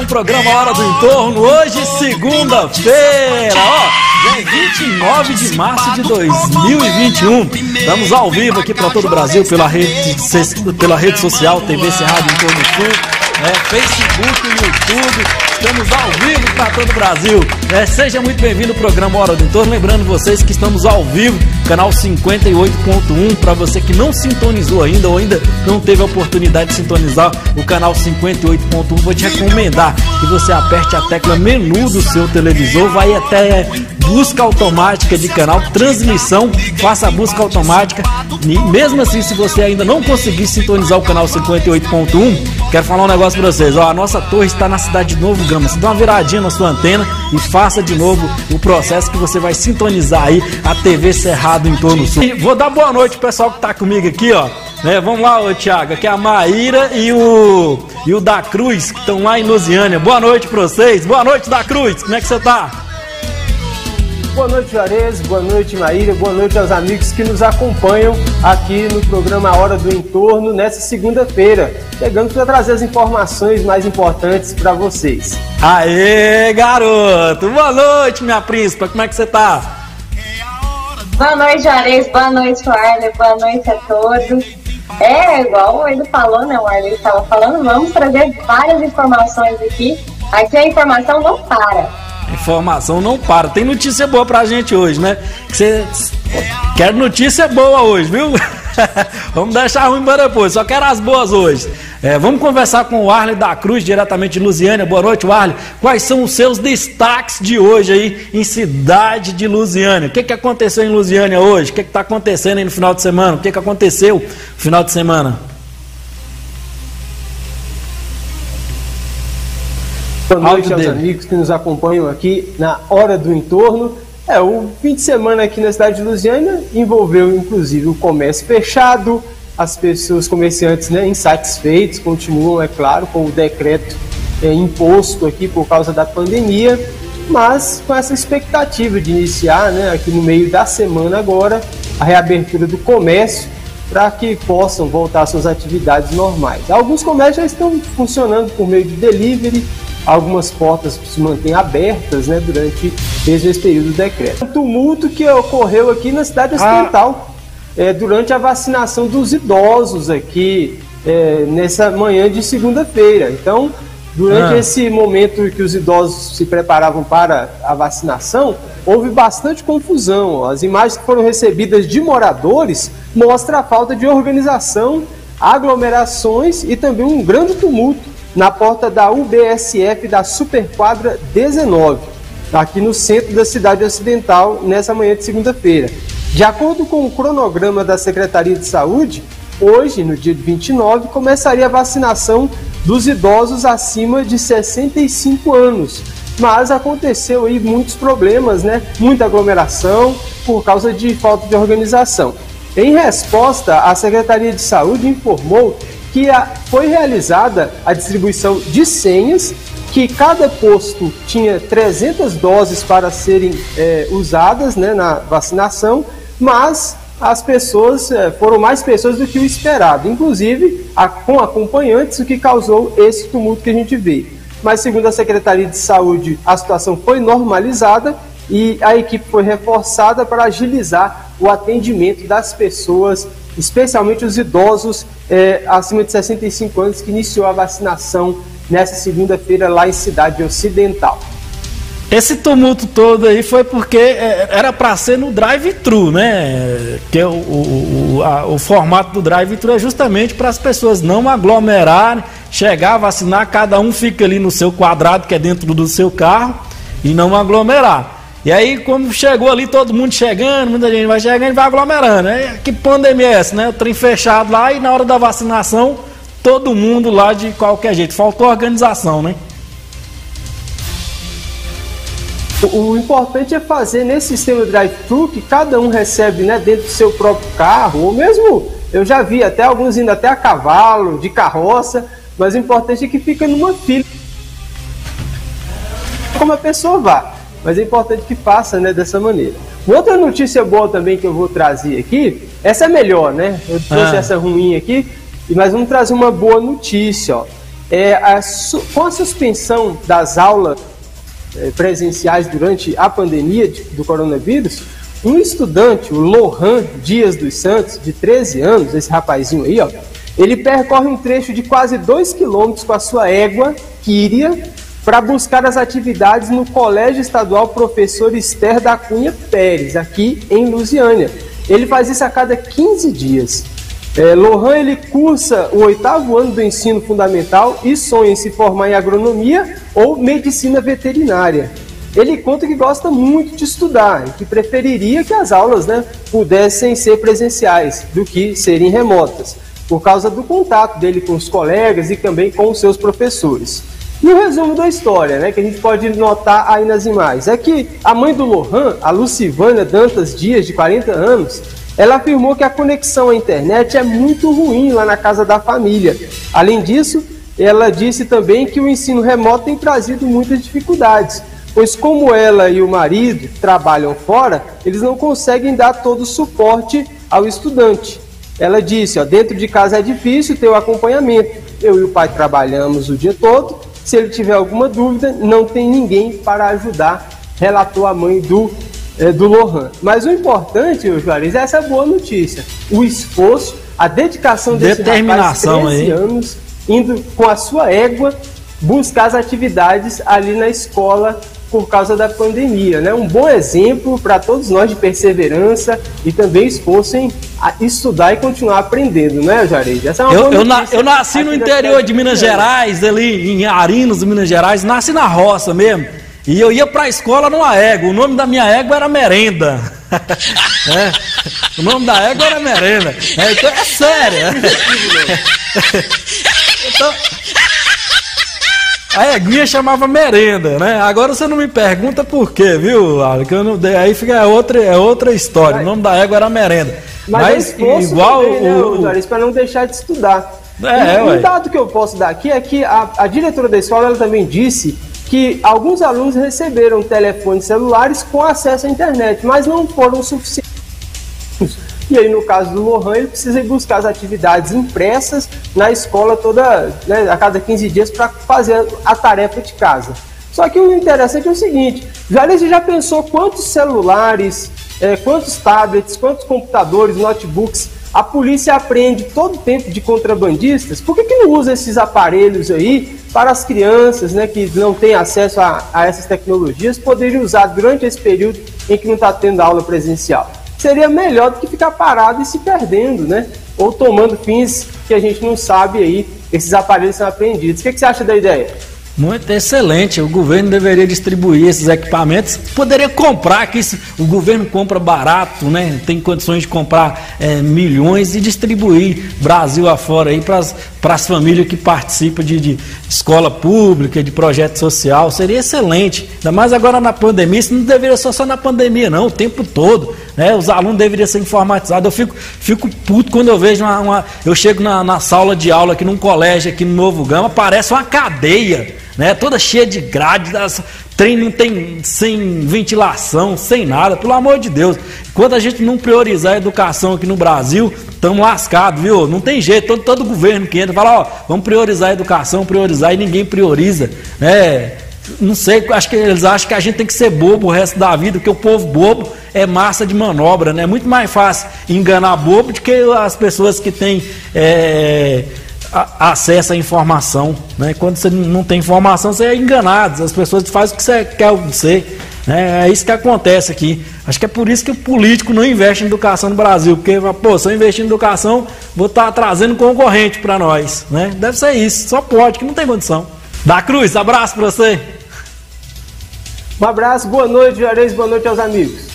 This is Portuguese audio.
um programa Hora do Entorno, hoje segunda-feira, ó, dia 29 de março de 2021. Estamos ao vivo aqui para todo o Brasil pela rede social TV Cerrado Entorno Sul, Facebook, YouTube, estamos ao vivo para todo o Brasil. Seja muito bem-vindo ao programa Hora do Entorno, lembrando vocês que estamos ao vivo, canal 58.1, para você que não sintonizou ainda ou ainda não teve a oportunidade de sintonizar o canal 58.1, vou te recomendar que você aperte a tecla menu do seu televisor, vai até busca automática de canal, transmissão, faça a busca automática. E mesmo assim, se você ainda não conseguir sintonizar o canal 58.1, quero falar um negócio pra vocês, ó, a nossa torre está na cidade de Novo Gama, você dá uma viradinha na sua antena e faça de novo o processo que você vai sintonizar aí a TV Cerrado Entorno Sul. E vou dar boa noite pro pessoal que tá comigo aqui, ó. Vamos lá, ô Thiago, aqui é a Maíra e o da Cruz, que estão lá em Lusiânia. Boa noite pra vocês, boa noite, da Cruz, como é que você tá? Boa noite, Juarez, boa noite, Maíra, boa noite aos amigos que nos acompanham aqui no programa Hora do Entorno, nessa segunda-feira. Chegamos para trazer as informações mais importantes para vocês. Aê, garoto! Boa noite, minha príncipa, como é que você tá? Boa noite, Juarez, boa noite, Arley, boa noite a todos. Igual ele falou, né, o Arley estava falando, vamos trazer várias informações aqui. Aqui a informação não para. Informação não para. Tem notícia boa pra gente hoje, né? Você quer notícia boa hoje, viu? Vamos deixar ruim para depois, só quero as boas hoje. Vamos conversar com o Arley da Cruz, diretamente de Lusiânia. Boa noite, Arley. Quais são os seus destaques de hoje aí em cidade de Lusiânia? O que aconteceu em Lusiânia hoje? O que está acontecendo aí no final de semana? O que aconteceu no final de semana? Boa noite aos amigos que nos acompanham aqui na Hora do Entorno. O fim de semana aqui na cidade de Lusiânia envolveu inclusive o comércio fechado, as pessoas, comerciantes, né, insatisfeitos, continuam, é claro, com o decreto imposto aqui por causa da pandemia, mas com essa expectativa de iniciar, né, aqui no meio da semana agora, a reabertura do comércio para que possam voltar às suas atividades normais. Alguns comércios já estão funcionando por meio de delivery, algumas portas se mantêm abertas, né, durante desde esse período do decreto. Um tumulto que ocorreu aqui na cidade ocidental, durante a vacinação dos idosos aqui, nessa manhã de segunda-feira. Então, durante esse momento que os idosos se preparavam para a vacinação, houve bastante confusão. As imagens que foram recebidas de moradores mostram a falta de organização, aglomerações e também um grande tumulto na porta da UBSF da Superquadra 19, aqui no centro da cidade ocidental, nessa manhã de segunda-feira. De acordo com o cronograma da Secretaria de Saúde, hoje, no dia 29, começaria a vacinação dos idosos acima de 65 anos. Mas aconteceu aí muitos problemas, né? Muita aglomeração por causa de falta de organização. Em resposta, a Secretaria de Saúde informou que foi realizada a distribuição de senhas, que cada posto tinha 300 doses para serem usadas, né, na vacinação, mas as pessoas foram mais pessoas do que o esperado, inclusive com acompanhantes, o que causou esse tumulto que a gente vê. Mas segundo a Secretaria de Saúde, a situação foi normalizada e a equipe foi reforçada para agilizar o atendimento das pessoas, especialmente os idosos acima de 65 anos, que iniciou a vacinação nessa segunda-feira lá em Cidade Ocidental. Esse tumulto todo aí foi porque era para ser no drive-thru, né? Que o formato do drive-thru é justamente para as pessoas não aglomerarem, chegar a vacinar, cada um fica ali no seu quadrado, que é dentro do seu carro, e não aglomerar. E aí, como chegou ali, todo mundo chegando, muita gente vai chegando e vai aglomerando. Que pandemia é essa, né? O trem fechado lá e na hora da vacinação, todo mundo lá de qualquer jeito. Faltou organização, né? O importante é fazer nesse sistema drive-thru que cada um recebe, né, dentro do seu próprio carro, ou mesmo, eu já vi até alguns indo até a cavalo, de carroça, mas o importante é que fica numa fila, como a pessoa vá. Mas é importante que faça, né, dessa maneira. Outra notícia boa também que eu vou trazer aqui, essa é melhor, né? Eu trouxe essa ruim aqui, mas vamos trazer uma boa notícia, ó. com a suspensão das aulas presenciais durante a pandemia do coronavírus, um estudante, o Lohan Dias dos Santos, de 13 anos, esse rapazinho aí, ó, ele percorre um trecho de quase 2 quilômetros com a sua égua, Kyria, para buscar as atividades no Colégio Estadual Professor Esther da Cunha Pérez, aqui em Lusiânia. Ele faz isso a cada 15 dias. Lohan, ele cursa o 8º ano do ensino fundamental e sonha em se formar em agronomia ou medicina veterinária. Ele conta que gosta muito de estudar e que preferiria que as aulas, né, pudessem ser presenciais do que serem remotas, por causa do contato dele com os colegas e também com os seus professores. E o resumo da história, né, que a gente pode notar aí nas imagens, é que a mãe do Lohan, a Lucivânia Dantas Dias, de 40 anos, ela afirmou que a conexão à internet é muito ruim lá na casa da família. Além disso, ela disse também que o ensino remoto tem trazido muitas dificuldades, pois como ela e o marido trabalham fora, eles não conseguem dar todo o suporte ao estudante. Ela disse, ó, dentro de casa é difícil ter o acompanhamento. Eu e o pai trabalhamos o dia todo. Se ele tiver alguma dúvida, não tem ninguém para ajudar, relatou a mãe do Lohan. Mas o importante, Juarez, é essa boa notícia. O esforço, a dedicação desse rapaz de 13 anos, indo com a sua égua buscar as atividades ali na escola por causa da pandemia, né? Um bom exemplo para todos nós de perseverança e também esforço em estudar e continuar aprendendo, né, Juarez? Essa é uma boa notícia. Eu nasci no interior de Minas Gerais, ali em Arinos, Minas Gerais, nasci na roça mesmo. E eu ia pra escola numa égua. O nome da minha égua era Merenda. O nome da égua era Merenda. Então é sério. Então, a éguinha chamava Merenda, né? Agora você não me pergunta por quê, viu? Aí fica outra história. O nome da égua era Merenda. Mas igual também, né, para não deixar de estudar. Um dado que eu posso dar aqui é que a diretora da escola, ela também disse que alguns alunos receberam telefones celulares com acesso à internet, mas não foram suficientes. E aí, no caso do Lohan, ele precisa ir buscar as atividades impressas na escola né, a cada 15 dias para fazer a tarefa de casa. Só que o interessante é o seguinte, você já pensou quantos celulares, quantos tablets, quantos computadores, notebooks a polícia apreende todo o tempo de contrabandistas? Por que não usa esses aparelhos aí para as crianças, né, que não têm acesso a essas tecnologias poderem usar durante esse período em que não está tendo aula presencial? Seria melhor do que ficar parado e se perdendo, né? Ou tomando fins que a gente não sabe aí, esses aparelhos são apreendidos. O que você acha da ideia? Muito excelente, o governo deveria distribuir esses equipamentos, poderia comprar, que o governo compra barato, né? Tem condições de comprar milhões e distribuir Brasil afora aí para as famílias que participam de escola pública, de projeto social, seria excelente, ainda mais agora na pandemia. Isso não deveria ser só na pandemia não, o tempo todo, né? Os alunos deveriam ser informatizados. Eu fico puto quando eu vejo eu chego na sala de aula aqui num colégio aqui no Novo Gama, parece uma cadeia, né, toda cheia de grade, trem não tem, sem ventilação, sem nada, pelo amor de Deus. Quando a gente não priorizar a educação aqui no Brasil, estamos lascados, viu? Não tem jeito, todo governo que entra fala, ó, vamos priorizar a educação, e ninguém prioriza, né? Não sei, acho que eles acham que a gente tem que ser bobo o resto da vida, porque o povo bobo é massa de manobra, né? É muito mais fácil enganar bobo do que as pessoas que têm acesso à informação, né? Quando você não tem informação, você é enganado, as pessoas fazem o que você quer ser, né? É isso que acontece aqui. Acho que é por isso que o político não investe em educação no Brasil, porque, pô, se eu investir em educação, vou estar trazendo concorrente para nós, né? Deve ser isso, só pode, que não tem condição. Da Cruz, abraço para você. Um abraço, boa noite, Juarez, boa noite aos amigos.